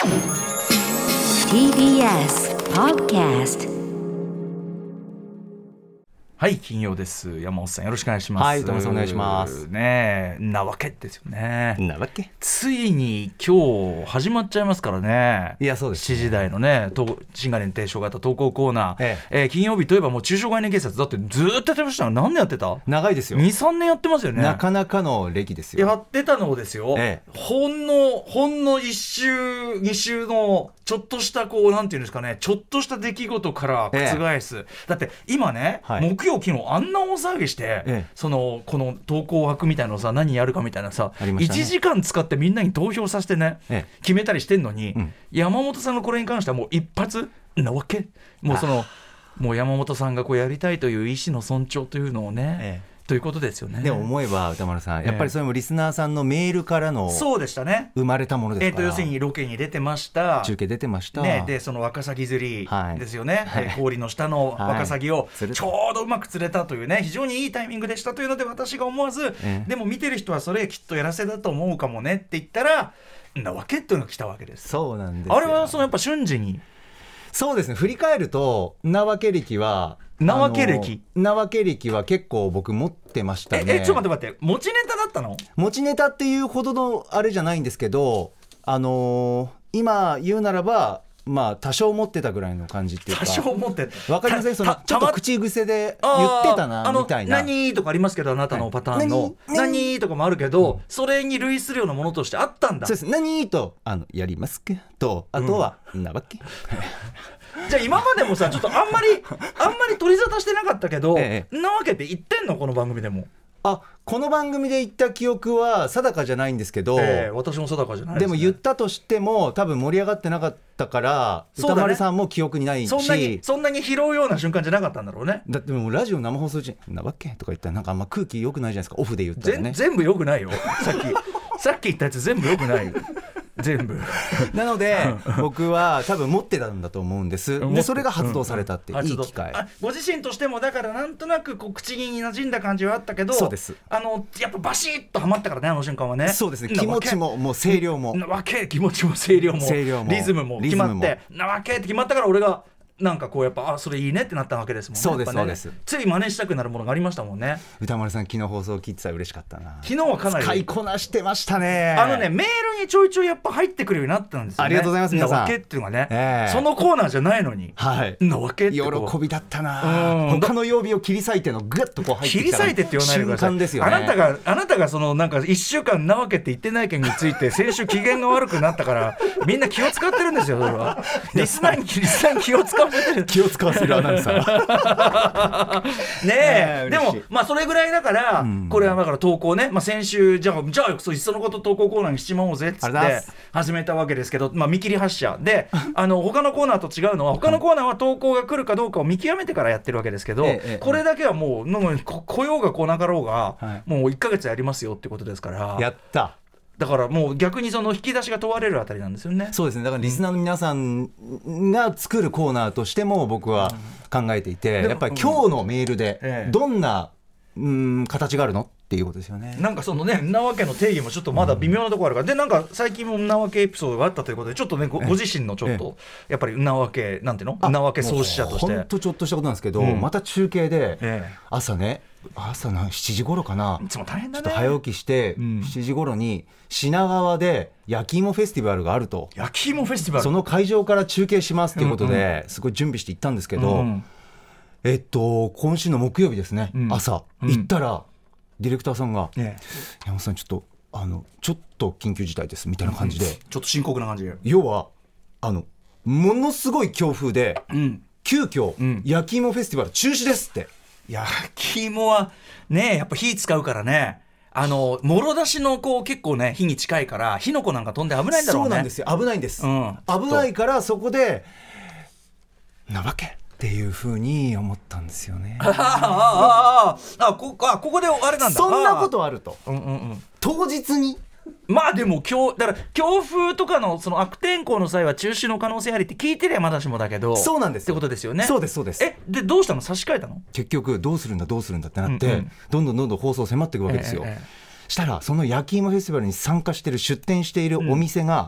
TBS Podcast。 はい、金曜です。山本さんよろしくお願いします。 はい、歌丸さんお願いしますね。なわけですよね。 なわけついに今日始まっちゃいますからね。 いや、そうですね。 7時台のね、新概念提唱型投稿コーナー、金曜日といえばもう中小概念警察だってずっとやってましたが、何年やってた？ 長いですよ。 2,3 年やってますよね。 なかなかの歴ですよ。 やってたのをですよ、ほんの1週2週のちょっとしたこうなんていうんですかね、ちょっとした出来事から覆す、だって今ね、木曜昨日あんな大騒ぎして、この投稿枠みたいなのさ、何やるかみたいなさ、 ありましたね。 1時間使ってみんなに投票させてね、決めたりしてんのに、山本さんのこれに関してはもう一発なわけ、もうもう山本さんがこうやりたいという意思の尊重というのをね、ということですよね。 でも思えば歌丸さん、やっぱりそれもリスナーさんのメールからのそうでしたね、 生まれたものですから。 要するにロケに出てました、 中継出てました、 でそのワカサギ釣りですよね、氷の下のワカサギをちょうどうまく釣れたというね、非常にいいタイミングでしたというので、私が思わず、でも見てる人はそれきっとやらせだと思うかもねって言ったら、なわけっていうのが来たわけです。 そうなんですよ。 あれはやっぱ瞬時に、 そうですね、振り返るとなわけ歴はなわけ歴は結構僕持ってましたね。 ちょっと待って、持ちネタだったの？ 持ちネタっていうほどのあれじゃないんですけど、今言うならば、まあ多少持ってたぐらいの感じっていうか。 多少持ってわかりません？ちょっと口癖で言ってたなみたいな。 何とかありますけど、あなたのパターンの何とかもあるけど、それに類するようなものとしてあったんだ。 そうです。何とやりますけど、あとはなわけ。 じゃあ今までもさ、ちょっとあんまり取り沙汰してなかったけど、なわけって言ってんの、この番組でも。 この番組で言った記憶は定かじゃないんですけど、 私も定かじゃないですね。 でも言ったとしても多分盛り上がってなかったから、歌丸さんも記憶にないし、 そんなに拾うような瞬間じゃなかったんだろうね。 だってもうラジオ生放送中なわけとか言ったら、なんかあんま空気良くないじゃないですか、オフで言ったらね。 全部良くないよ。さっき言ったやつ全部良くないよ。全部なので僕は多分持ってたんだと思うんです。でそれが発動されたっていい機会、 ご自身としてもだからなんとなくこう口に馴染んだ感じはあったけど、 そうです。 やっぱバシッとはまったからね、あの瞬間はね。 そうですね、気持ちももう声量もなわけ、気持ちも声量もリズムも決まって、なわけって決まったから、俺がなんかこうやっぱそれいいねってなったわけですもんね。 そうです、そうです。 つい真似したくなるものがありましたもんね。 歌丸さん昨日放送聞いてたら嬉しかったな。 昨日はかなり使いこなしてましたね。 メールにちょいちょいやっぱ入ってくるようになったんですよね。 ありがとうございます。皆さん、 なわけっていうのがね、そのコーナーじゃないのに、なわけって喜びだったな。他の曜日を切り裂いてのグッとこう入ってきた切り裂いてって言わないでください。 瞬間ですよね。 あなたがそのなんか1週間なわけって言ってない件について先週機嫌が悪くなったからみんな気を使ってるんですよ。それはリスナーに気を使わせてる。 気を使わせるアナウンサーねえ、でもまあそれぐらいだから、これはだから投稿ね、先週じゃあいっそのこと投稿コーナーにしちまおうぜっつって始めたわけですけど、見切り発車で他のコーナーと違うのは、他のコーナーは投稿が来るかどうかを見極めてからやってるわけですけど、これだけはもう来ようが来なかろうが、もう1ヶ月やりますよってことですから。 やった。 だからもう逆にその引き出しが問われるあたりなんですよね。 そうですね。だからリスナーの皆さんが作るコーナーとしても僕は考えていて、やっぱり今日のメールでどんな形があるのっていうことですよね。 なんかそのね、なわけの定義もちょっとまだ微妙なところあるから、でなんか最近もなわけエピソードがあったということで、ちょっとね ご自身のちょっとやっぱりなわけなんていうの、なわけ創始者としてほんとちょっとしたことなんですけど、また中継で朝7時頃かな、 いつも大変だね、 ちょっと早起きして7時頃に品川で焼き芋フェスティバルがあると。 焼き芋フェスティバル、 その会場から中継しますっていうことですごい準備して行ったんですけど、今週の木曜日ですね、朝行ったらディレクターさんが、山本さんちょっと緊急事態ですみたいな感じで、 ちょっと深刻な感じで、 要はものすごい強風で、急遽、焼き芋フェスティバル中止ですって。 焼き芋はね、やっぱ火使うからね、もろ出しの結構ね火に近いから火の粉なんか飛んで危ないんだろうね。 そうなんですよ、危ないんです、危ないから、そこでなわけっていう風に思ったんですよね。 ここであれなんだ、 そんなことあると、当日にでもだから強風とかのその悪天候の際は中止の可能性ありって聞いてりゃまだしもだけど、 そうなんですってことですよね。 そうです、そうです。 でどうしたの、差し替えたの？ 結局どうするんだってなって、どんどん放送迫っていくわけですよ。したらその焼き芋フェスティバルに参加してる、出店しているお店が、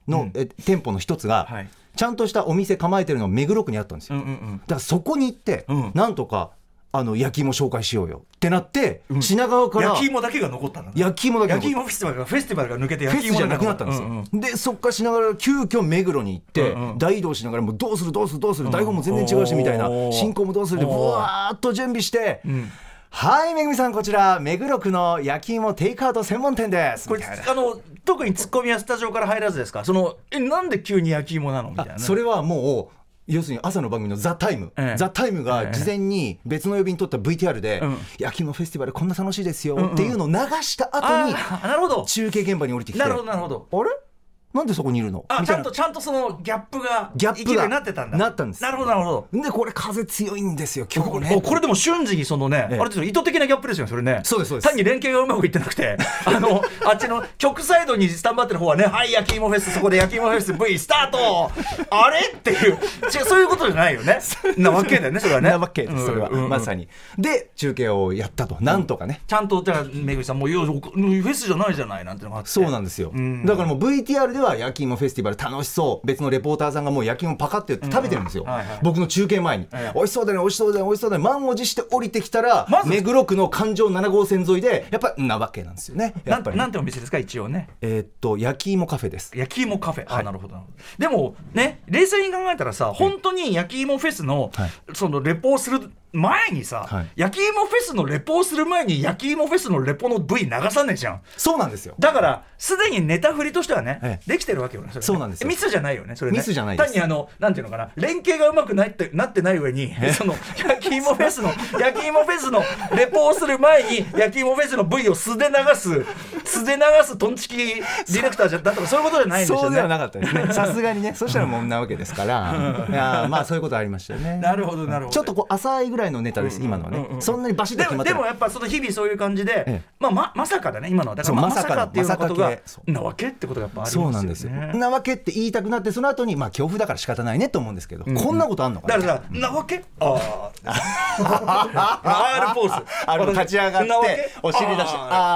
の、店舗の一つが、はい、ちゃんとしたお店構えてるのが目黒区にあったんですよ、だからそこに行って、なんとか焼き芋紹介しようよってなって、品川から焼き芋だけが残ったのね。 焼き芋フェスティバルが抜けて焼き芋じゃなくなったんですよ、でそっから品川から急遽目黒に行って、大移動しながらもうどうする、台本も全然違うしみたいな、進行もどうするでぶわーっと準備して、はい、めぐみさん、こちら目黒区の焼き芋テイクアウト専門店です。 これ特にツッコミはスタジオから入らずですか？なんで急に焼き芋なのみたいな、 それはもう要するに朝の番組のザ・タイムが事前に別の曜日に撮った VTR で、焼き芋フェスティバルこんな楽しいですよっていうのを流した後に中継現場に降りてきて、 なるほどあれなんでそこにいるの？ ちゃんとそのギャップがなってたんだ。 なったんです。 なるほど。 でこれ風強いんですよ今日ね。 これでも瞬時にそのね、あれですよ、意図的なギャップですよそれね。 そうです単に連携がうまくいってなくてあっちの局サイドにスタンバってる方はね、はい焼き芋フェス、そこで焼き芋フェス V スタートあれっていうそういうことじゃないよねなわけだよね、それはね。 なわけです、それは、まさに。で中継をやったと、なんとかね、 ちゃんとじゃあめぐみさんもうフェスじゃないじゃないなんてのがあって。 そうなんですよ、だからもう VTR では焼き芋フェスティバル楽しそう、別のレポーターさんがもう焼き芋パカって食べてるんですよ、僕の中継前に、美味しそうだね美味しそうだね美味しそうだね、満を持して降りてきたら、目黒区の環状7号線沿いでやっぱなわけなんですよね。 なんてお店ですか一応ね？ 焼き芋カフェです。 焼き芋カフェ、なるほど。でもね、冷静に考えたらさ、本当に焼き芋フェスのそのレポをする前にさ、焼き芋フェスのレポをする前に焼き芋フェスのレポの V 流さねえじゃん。 そうなんですよ。 だからすでにネタ振りとしてはね、できてるわけよね。 そうなんですよ。 ミスじゃないよね、それね。 ミスじゃないです。 単になんていうのかな、連携がうまくなってない上に、その焼き芋フェスのレポをする前に焼き芋フェスの V を素で流すトンチキディレクターだったらそういうことじゃないんですよね。 そうではなかったですね。さすがにね。そしたらもうなわけですから。いやまあそういうことありましたよね。 なるほど。 ちょっとこう浅いぐらいのネタです、今のはね。そんなにバシッと決まってない。 でもやっぱその日々そういう感じで、まさかだね今のは。だからまさかっていうことがなわけってことがやっぱありますよね。 そうなんですよ。なわけって言いたくなって、その後に恐怖だから仕方ないねと思うんですけど、こんなことあんのかな。 だからなわけR ポーズ、 立ち上がってお尻出して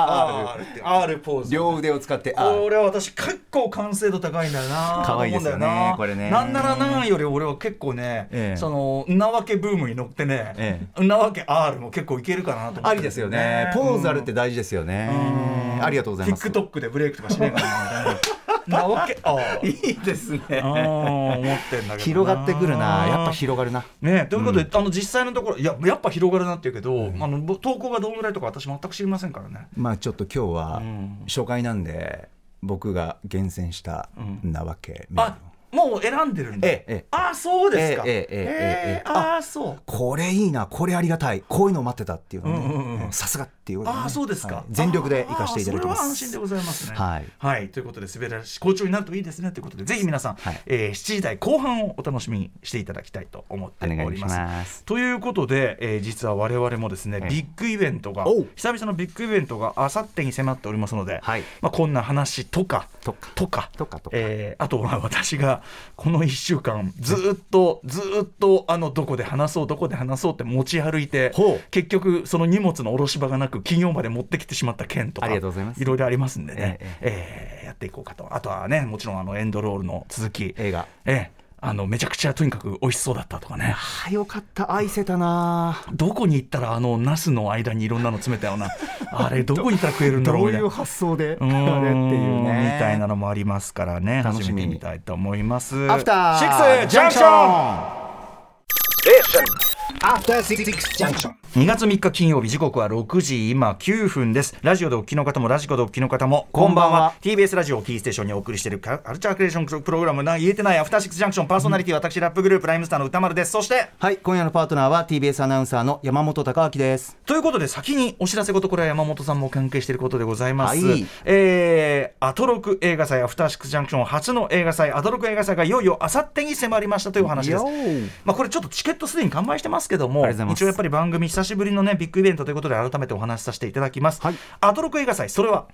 R ポーズ、 両腕を使って。 これは私結構完成度高いんだよな。 可愛いですよねこれね。 なんならなんより俺は結構ね、そのなわけブームに乗ってね、なわけ R も結構いけるかなと思って。 ありですよね。ポーズあるって大事ですよね。ありがとうございます。 TikTok でブレイクとかしねえかなみたいななわけいいですね。 思ってんだけど広がってくるな。やっぱ広がるな。 ね、ということで、実際のところやっぱ広がるなっていうけど、投稿がどのぐらいとか私全く知りませんからね。 まあちょっと今日は初回なんで、僕が厳選したなわけ。 もう選んでるんだ。そうですか。そう。 これいいな、これありがたい、こういうのを待ってたっていうのね、さすがっていうことで、 そうですか。 全力で生かしていただきます。 それは安心でございますね。はい。ということで、滑らし好調になるといいですねということで、ぜひ皆さん7時台後半をお楽しみにしていただきたいと思っております。ということで、実は我々もですね、ビッグイベントが久々のビッグイベントがあさってに迫っておりますので、こんな話とかあとは私がこの1週間ずっとどこで話そうって持ち歩いて、結局その荷物の下ろし場がなく金曜まで持ってきてしまった件とか、いろいろありますんでね、やっていこうかと。あとはね、もちろんエンドロールの続き、 映画、 めちゃくちゃとにかく美味しそうだったとかね。 よかった、愛せたな。 どこに行ったらナスの間にいろんなの詰めたようなあれどこに行ったら食えるんだろうみたいな、 どういう発想であれっていうね、 みたいなのもありますからね、楽しみてみたいと思います。 アフターシックスジャンクション。2月3日金曜日、時刻は6時今9分です。ラジオでお聞きの方もラジコでお聞きの方もこんばんは。 TBS ラジオをキーステーションにお送りしているカルチャークリエーションプログラム言えてないアフターシックスジャンクション、パーソナリティは私ラップグループライムスターの歌丸です。そして今夜のパートナーは TBS アナウンサーの山本貴明です。 ということで、先にお知らせこと、これは山本さんも関係していることでございます。アトロク映画祭アフターシックスジャンクション初の映画祭、アトロク映画祭がいよいよあさってに迫りましたというお話です。これちょっとチケットすでに完売してますけども、一応やっぱり番組久しぶりのねビッグイベントということで改めてお話しさせていただきます。アトロク映画祭、それは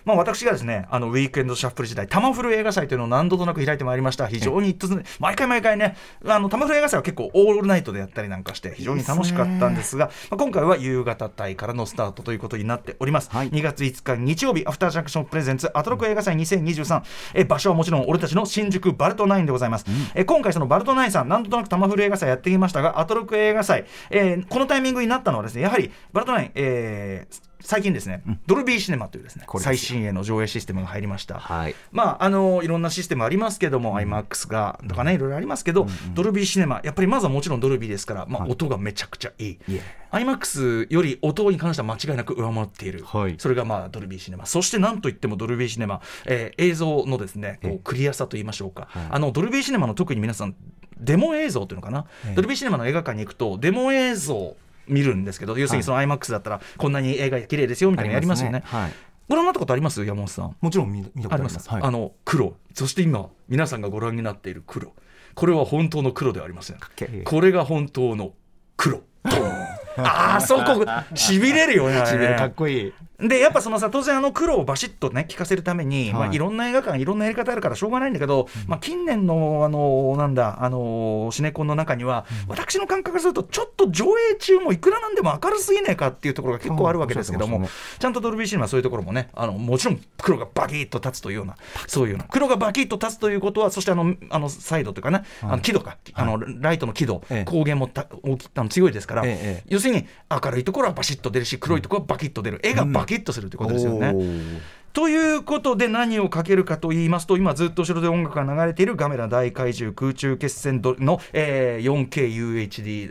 まあ、私がですねウィークエンドシャッフル時代タマフル映画祭というのを何度となく開いてまいりました。非常に毎回ねタマフル映画祭は結構オールナイトでやったりなんかして非常に楽しかったんですが、まあ、今回は夕方帯からのスタートということになっております、はい、2月5日日曜日アフタージャンクションプレゼンツアトロク映画祭2023、場所はもちろん俺たちの新宿バルトナインでございます、今回そのバルトナインさん何度となくタマフル映画祭やってきましたが、アトロク映画祭、このタイミングになったのはですねやはりバルトナイン、最近ですね、ドルビーシネマというですね最新鋭の上映システムが入りました、はい、まあいろんなシステムありますけども、IMAX がとかねいろいろありますけど、ドルビーシネマやっぱりまずはもちろんドルビーですから、まあ、音がめちゃくちゃいい、IMAX より音に関しては間違いなく上回っている、はい、それがまあドルビーシネマ、そしてなんといってもドルビーシネマ、映像のですねこうクリアさといいましょうか、ドルビーシネマの特に皆さんデモ映像というのかな、ドルビーシネマの映画館に行くとデモ映像見るんですけど、要するにその IMAX だったらこんなに映画綺麗ですよみたいなのやりますよね。はい、ご覧になったことあります？山本さん。 もちろん見たことあります。 はい、黒、そして今皆さんがご覧になっている黒、これは本当の黒ではありません。これが本当の黒そこしびれるよね。 しびれる、かっこいい。 でやっぱそのさ当然黒をバシッとね効かせるために、まあ、いろんな映画館いろんなやり方あるからしょうがないんだけど、まあ、近年のなんだシネコンの中には、私の感覚からするとちょっと上映中もいくらなんでも明るすぎねえかっていうところが結構あるわけですけども、ちゃんとドルビーシネマはそういうところもねもちろん黒がバキッと立つというような、そういうの黒がバキッと立つということは、そしてサイドというかね輝度かライトの輝度、光源も強いですから、要するに明るいところはバシッと出るし、黒いところはバキッと出る、絵がバキッとするということですよね。ということで何をかけるかと言いますと、今ずっと後ろで音楽が流れているガメラ大怪獣空中決戦の、4KUHD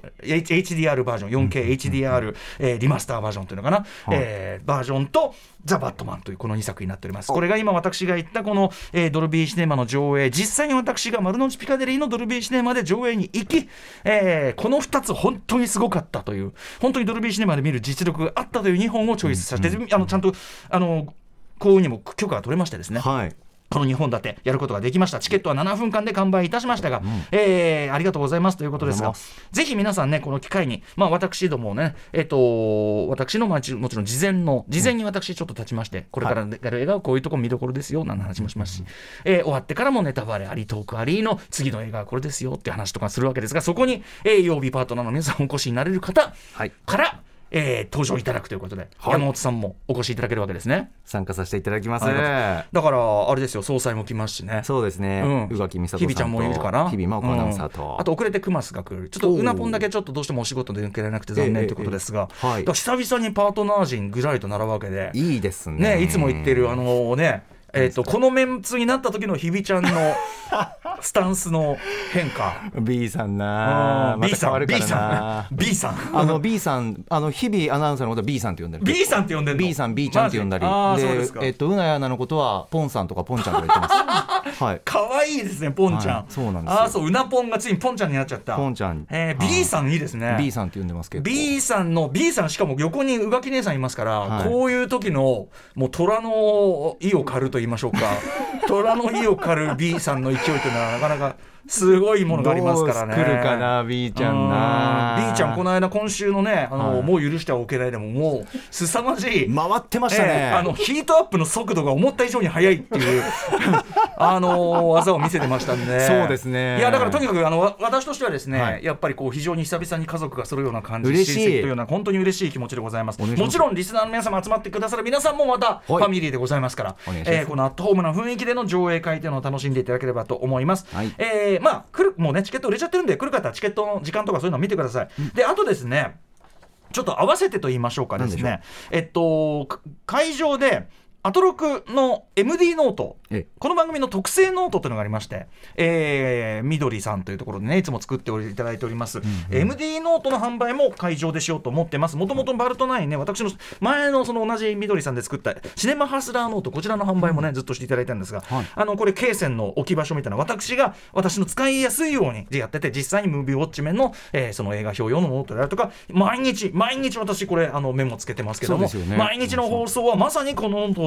HDR バージョン 4KHDR、リマスターバージョンというのかな、バージョンとザ・バットマンというこの2作になっております。これが今私が言ったこの、ドルビーシネマの上映、実際に私が丸の内ピカデリーのドルビーシネマで上映に行き、この2つ本当にすごかったという、本当にドルビーシネマで見る実力があったという2本をチョイスさせて、ちゃんと幸運にも許可が取れましてですね、はい、この2本立てやることができました。チケットは7分間で完売いたしましたが、ありがとうございますということですが、ぜひ皆さんねこの機会に、まあ、私どもね、私のもちろん事前に私ちょっと立ちまして、これからやる映画はこういうとこ見どころですよなんて話もしますし、終わってからもネタバレありトークありの次の映画はこれですよって話とかするわけですが、そこに、曜日パートナーの皆さんお越しになれる方から、登場いただくということで、山本さんもお越しいただけるわけですね。 参加させていただきます。 だからあれですよ、総裁も来ますしね。 そうですね、宇垣美里さんと日々ちゃんもいるかな、 日々真央子アナウンサーと、 あと遅れてクマスが来る。ちょっとうなぽんだけちょっとどうしてもお仕事で抜けられなくて残念ということですが、だから久々にパートナー陣ぐらりと並ぶわけでいいですね。 いつも言ってるこのメンツになった時の日比ちゃんのスタンスの変化 B さんな、 また変わるからな。 B さん B さん日々アナウンサーのことは B さんって呼んでる。 B さんって呼んでるの。 B さん B ちゃんって呼んだりで、うなやアナのことはポンさんとかポンちゃんとか言ってますはい、 かわいいですねポンちゃん、 そうなんですよ。 そううなぽんがついにポンちゃんになっちゃった。 ポンちゃん、 B さんいいですね。 B さんって呼んでますけど、 B さんしかも横に宇垣姉さんいますから、こういう時のもう虎の意を狩ると言いましょうか虎の意を狩る B さんの勢いというのはなかなかすごいものがありますからね。 どう来るかな B ちゃんな。 B ちゃんこの間今週のねもう許してはおけないでももう凄まじい回ってましたね、 ヒートアップの速度が思った以上に速いっていう技を見せてましたんで。 そうですね。 いやだからとにかく私としてはですね、やっぱりこう非常に久々に家族が揃うような感じ、 嬉しい親戚というような本当に嬉しい気持ちでございます。もちろんリスナーの皆様集まってくださる皆さんもまたファミリーでございますから、このアットホームな雰囲気での上映会というのを楽しんでいただければと思います。もうねチケット売れちゃってるんで、来る方はチケットの時間とかそういうのを見てください。であとですね、ちょっと合わせてと言いましょうかですね、会場でアトロクの MD ノート、この番組の特製ノートというのがありまして、みどりさんというところでねいつも作っていただいております、MD ノートの販売も会場でしようと思ってます。もともとバルトナインね、私の前のその同じみどりさんで作ったシネマハスラーノート、こちらの販売もねずっとしていただいたんですが、これ経線の置き場所みたいな、私の使いやすいようにやってて、実際にムービーウォッチメンの、その映画表用のノートであるとか、毎日私これメモつけてますけども、毎日の放送はまさにこのノートを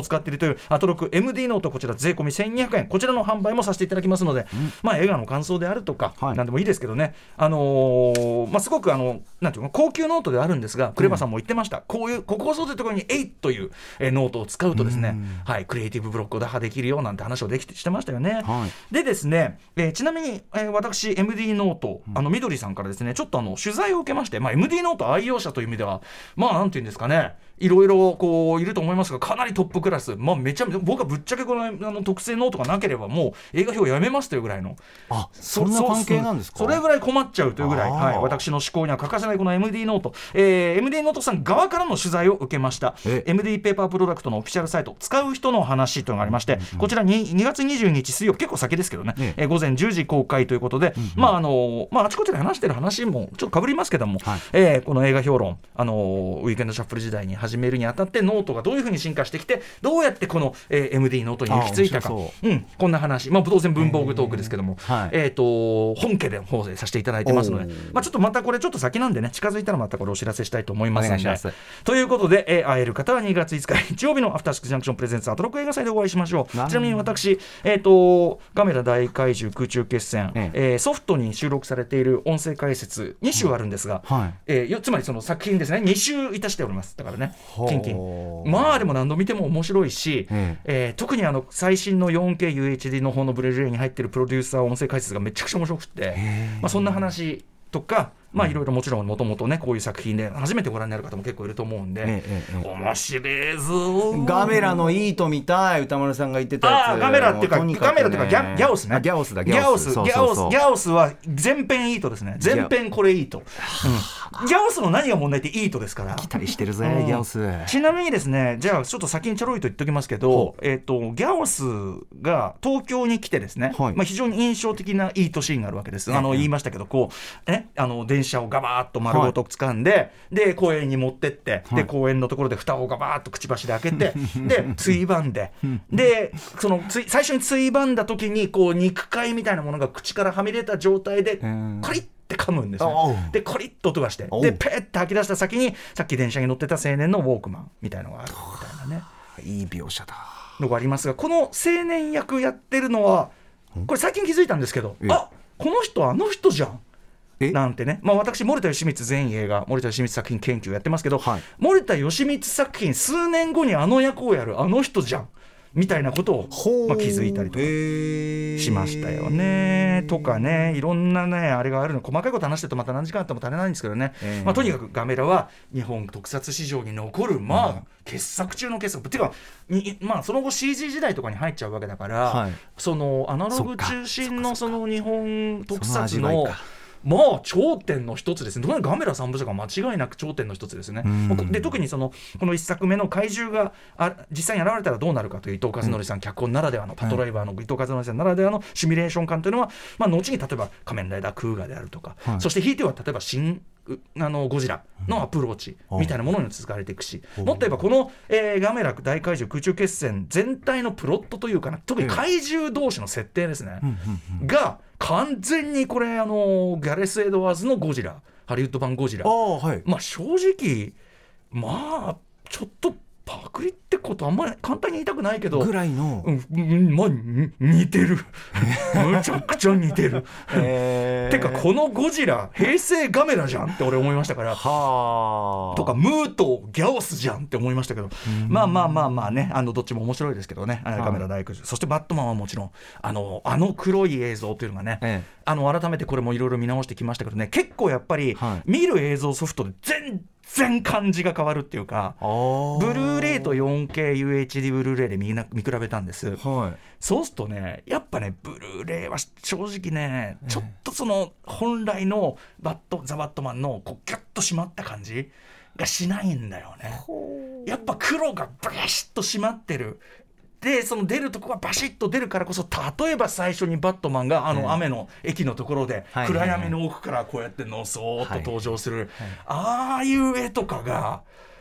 使っているというアトロク MD ノート、こちら税込み1200円、こちらの販売もさせていただきますので、映画の感想であるとか、何でもいいですけどね、すごくなんていうの高級ノートであるんですが、クレバさんも言ってました、ここぞというところに8という、ノートを使うとですね、クリエイティブブロックを打破できるよなんて話をしてましたよね。でですね、ちなみに、私 MD ノート、みどりさんからですねちょっと取材を受けまして、MD ノート愛用者という意味ではなんていうんですかね、いろいろこういると思いますが、かなりトップクラス、めちゃめちゃ僕はぶっちゃけこの特製ノートがなければもう映画表やめますというぐらいの、 そんな関係なんですか。 それぐらい困っちゃうというぐらい、私の思考には欠かせないこの MD ノート、MD ノートさん側からの取材を受けました。MD ペーパープロダクトのオフィシャルサイト使う人の話というのがありまして、こちら2月22日水曜日、結構先ですけどね、午前10時公開ということで、あちこちで話してる話もちょっと被りますけども、この映画評論ウィークエンドシャッフル時代に始めるにあたってノートがどういうふうに進化してきて、どうやってこの、MD ノートに行き着いたか、こんな話、当然文房具トークですけども、本家で方でさせていただいてますので、ちょっとまたこれちょっと先なんでね、近づいたらまたこれお知らせしたいと思いますので、ということで、会える方は2月5日日曜日のアフターシックスジャンクションプレゼンツアトロック映画祭でお会いしましょう。ちなみに私、ガメラ大怪獣空中決戦、ソフトに収録されている音声解説2週あるんですが、つまりその作品ですね2週いたしております。だからね、キンキンでも何度見ても面白いし、特に最新の 4KUHD の方のブルーレイに入ってるプロデューサー音声解説がめちゃくちゃ面白くて、そんな話とか、いろいろもちろんもともとねこういう作品で初めてご覧になる方も結構いると思うんで、面白いぞ。 ガメラのいいと見たい、歌丸さんが言ってたやつ。 ガメラっていうかギャオスね。ギャオスは全編いいとですね。全編これいいと、ギャオスの何が問題っていいとですから。 来たりしてるぜ、ギャオス。 ちなみにですね、じゃあちょっと先にちょろいと言っておきますけど、ギャオスが東京に来てですね、非常に印象的ないいとシーンがあるわけです。言いましたけど、こうね、電車をガバーッと丸ごと掴んで、で公園に持ってって、で公園のところで蓋をガバーッとくちばしで開けてでついばんで、でその最初についばんだ時にこう肉塊みたいなものが口からはみ出た状態でコリッって噛むんですね。でコリッと音がして、でペーって吐き出した先にさっき電車に乗ってた青年のウォークマンみたいなのがあるみたいなね、 いい描写だのがありますが、この青年役やってるのはこれ最近気づいたんですけど、この人あの人じゃんなんてね、私森田義満全映画森田義満作品研究やってますけど、森田義満作品数年後にあの役をやるあの人じゃんみたいなことを、気づいたりとかしましたよね。とかね、いろんなねあれがあるの、細かいこと話してるとまた何時間あっても足りないんですけどね、とにかくガメラは日本特撮史上に残る傑作中の傑作っていうかその後 CG 時代とかに入っちゃうわけだから、そのアナログ中心のその日本特撮の頂点の一つですね。特にガメラ3部作は間違いなく頂点の一つですね。で特にこの1作目の怪獣が実際に現れたらどうなるかという伊藤和則さん脚本ならではの、パトライバーの伊藤和則さんならではのシミュレーション感というのは、後に例えば仮面ライダークーガであるとか、そしてひいては例えば新ゴジラのアプローチみたいなものに続かれていくし、もっと言えばこの、ガメラ大怪獣空中決戦全体のプロットというかな、特に怪獣同士の設定ですね、が完全にこれギャレス・エドワーズのゴジラ、ハリウッド版ゴジラ、正直ちょっとパクリってことあんまり簡単に言いたくないけどぐらいの、 似てるむちゃくちゃ似てるてかこのゴジラ平成ガメラじゃんって俺思いましたから、とかムーとギャオスじゃんって思いましたけど、ね、どっちも面白いですけどね、ガメラ大怪獣、そしてバットマンはもちろんあの黒い映像というのがね、改めてこれもいろいろ見直してきましたけどね、結構やっぱり、見る映像ソフトで全然感じが変わるっていうか、ブルーレイと 4KUHD ブルーレイで見比べたんです、そうするとねやっぱねブルーレイは正直ね、ちょっとその本来のザ・バットマンのこうギュッと締まった感じがしないんだよね。やっぱ黒がブシッと締まってる。でその出るとこがバシッと出るからこそ、例えば最初にバットマンが雨の駅のところで暗闇の奥からこうやってのそーっと登場する、ああいう絵とかが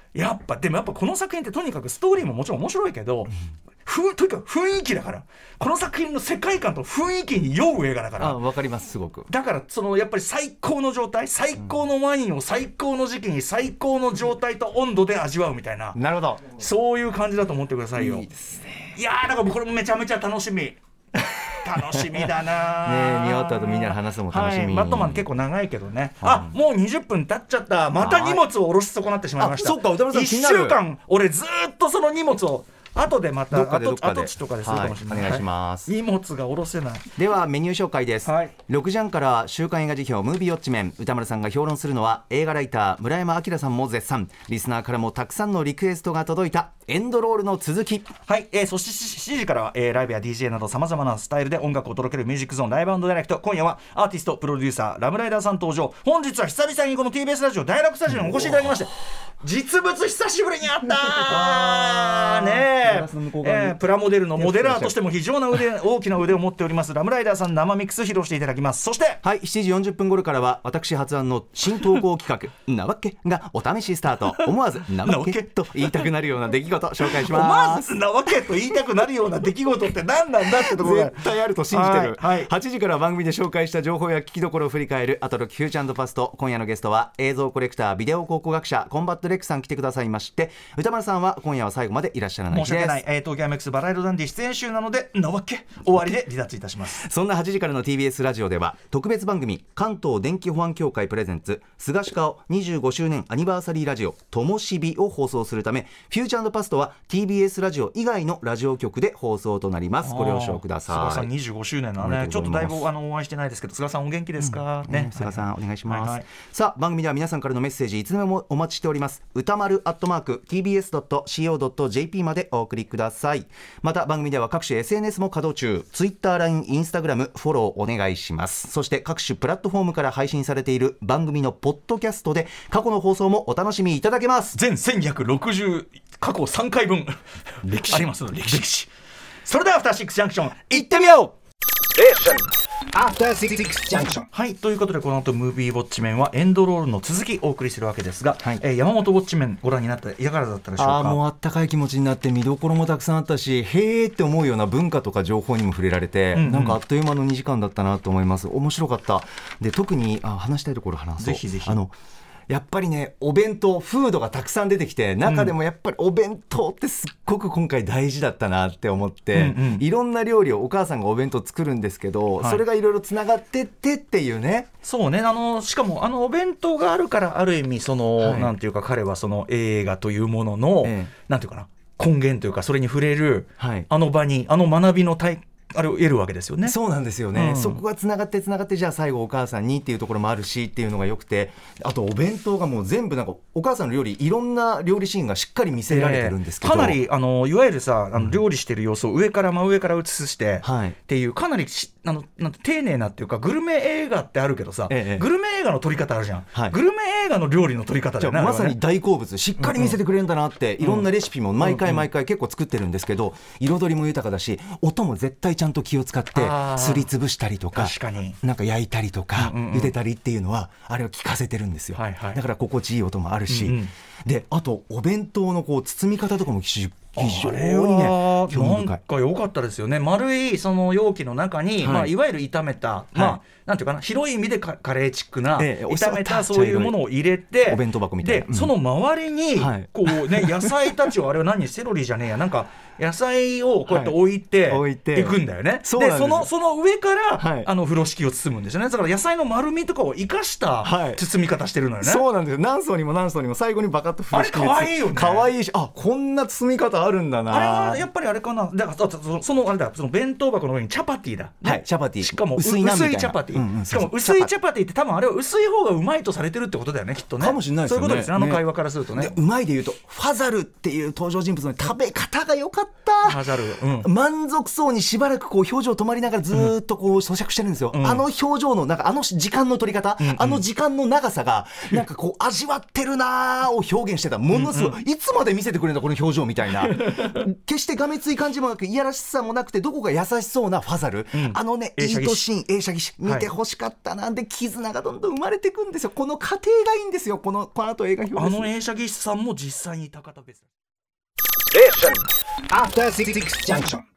やっぱこの作品ってとにかくストーリーももちろん面白いけど、とにかく雰囲気だから、この作品の世界観と雰囲気に酔う映画だから。 わかります、すごく。 だからやっぱり最高の状態、最高のワインを最高の時期に最高の状態と温度で味わうみたいな、 なるほど、 そういう感じだと思ってくださいよ。 いいですね。 いやー、だからこれもめちゃめちゃ楽しみ楽しみだなね、見終わった後みんなで話すのも楽しみ、 バットマン結構長いけどね、もう20分経っちゃった。また荷物を下ろし損なってしまいました。 そっか、歌丸さん気になる。 1週間俺ずっとその荷物を後でまた後地とかでするかもしれない、 お願いします。 荷物が下ろせない。 ではメニュー紹介です、6時半から週刊映画辞表ムービーウォッチメン、歌丸さんが評論するのは映画ライター村山明さんも絶賛、リスナーからもたくさんのリクエストが届いたエンドロールの続き。 はい、そして7時からは、ライブや DJ などさまざまなスタイルで音楽を届けるミュージックゾーンライブ&ダイレクト。今夜はアーティストプロデューサーラムライダーさん登場。本日は久々にこの TBS ラジオ第6スタジオにお越しいただきまして、実物久しぶりに会ったねプラモデルのモデラーとしても非常な大きな腕を持っておりますラムライダーさん、生ミックス披露していただきます。そして、 はい、7時40分頃からは私発案の新投稿企画なわけがお試しスタート。思わずなわけと言いたくなるような出来事紹介します。 思わずなわけと言いたくなるような出来事って何なんだってところが絶対あると信じてる、 はい、 8時から番組で紹介した情報や聞きどころを振り返るアトロキフューチャー&パスト。今夜のゲストは映像コレクター、ビデオ考古学者コンバットレックさん来てくださいまして、歌丸さんは今夜は最後までいらっしゃらないです。 申し訳ない、東京 MX バラエロダンディ出演集なのでなわけ終わりで離脱いたします。 そんな8時からの TBS ラジオでは特別番組関東電気保安協会プレゼンツ菅氏顔25周年アニバーサリーラジオともしびを放送するため、フューチャー&パストは TBS ラジオ以外のラジオ局で放送となります。ご了承ください。 菅さん25周年だね。ちょっとだいぶお会いしてないですけど、菅さんお元気ですか、 菅さんお願いします、さあ番組では皆さんからのメッセージいつでもお待ちしております。歌丸@tbs.co.jp までお送りください。また番組では各種 SNS も稼働中、 Twitter、LINE、Instagram フォローお願いします。そして各種プラットフォームから配信されている番組のポッドキャストで過去の放送もお楽しみいただけます。 全1160過去3回分歴史ありますので、歴史。それではアフターシックスジャンクション行ってみよう。アフターシックスジャンクション。はい、ということでこの後ムービーウォッチメンはエンドロールの続きお送りするわけですが、山本ウォッチメンご覧になっていかがだったでしょうか。 もうあったかい気持ちになって見どころもたくさんあったし、へーって思うような文化とか情報にも触れられて、なんかあっという間の2時間だったなと思います。面白かった。で特に話したいところ話そう。 ぜひぜひ。 やっぱりね、お弁当フードがたくさん出てきて、中でもやっぱりお弁当ってすっごく今回大事だったなって思って、いろんな料理をお母さんがお弁当作るんですけど、それがいろいろつながってってっていうね。 そうね、しかもお弁当があるからある意味なんていうか彼はその映画というものの、なんていうかな、根源というかそれに触れる、場に学びのあれを得るわけですよね。 そうなんですよね、そこがつながってじゃあ最後お母さんにっていうところもあるしっていうのがよくて、あとお弁当がもう全部なんかお母さんの料理いろんな料理シーンがしっかり見せられてるんですけど、 かなりいわゆるさ料理してる様子を上から真上から映してっていう、かなりなんて丁寧なっていうか、グルメ映画ってあるけどさ、グルメ映画の撮り方あるじゃん、グルメ映画の料理の撮り方だよね。 まさに大好物しっかり見せてくれるんだなって、いろんなレシピも毎回結構作ってるんですけど、彩りも豊かだし音も絶対ちゃんと気を使ってすりつぶしたりとか、なんか焼いたりとか、茹でたりっていうのはあれを聞かせてるんですよ、だから心地いい音もあるし、であとお弁当のこう包み方とかも非常にね興味深い。 なんか良かったですよね。丸いその容器の中に、いわゆる炒めた、なんていうかな、広い意味でカレーチックな、炒めたそういうものを入れて、 お弁当箱みたいな、 でその周りにこうね、野菜たちをあれはセロリじゃねえや、なんか野菜をこうやって置いていくんだよね。でその上から風呂敷を包むんですよね。だから野菜の丸みとかを生かした包み方してるのよね。 そうなんですよ。何層にも最後にバカッと風呂敷で、 あれ可愛いよね。 可愛いし、こんな包み方あるんだな。 あれはやっぱりあれかな。だからその弁当箱の上にチャパティだ、 チャパティ、 しかも薄いチャパティ、しかも薄いチャパティって多分あれは薄い方がうまいとされてるってことだよね、きっとね。 かもしれないですよね。 そういうことですね、会話からするとね。 うまいで言うとファザルっていう登場人物の食べ方が良かった。 ファザル、 満足そうにしばらくこう表情止まりながらずっとこう咀嚼してるんですよ、あの表情のなんか時間の取り方、あの時間の長さがなんかこう味わってるなを表現してた。ものすごい、いつまで見せてくれるんだこの表情みたいな決してがめつい感じもなくいやらしさもなくてどこか優しそうなファザル、いいとシーン映写技師見てほしかったな、で絆がどんどん生まれていくんですよ。この過程がいいんですよ。この後映画表です。 映写技師さんも実際に高田別 After 66 junction.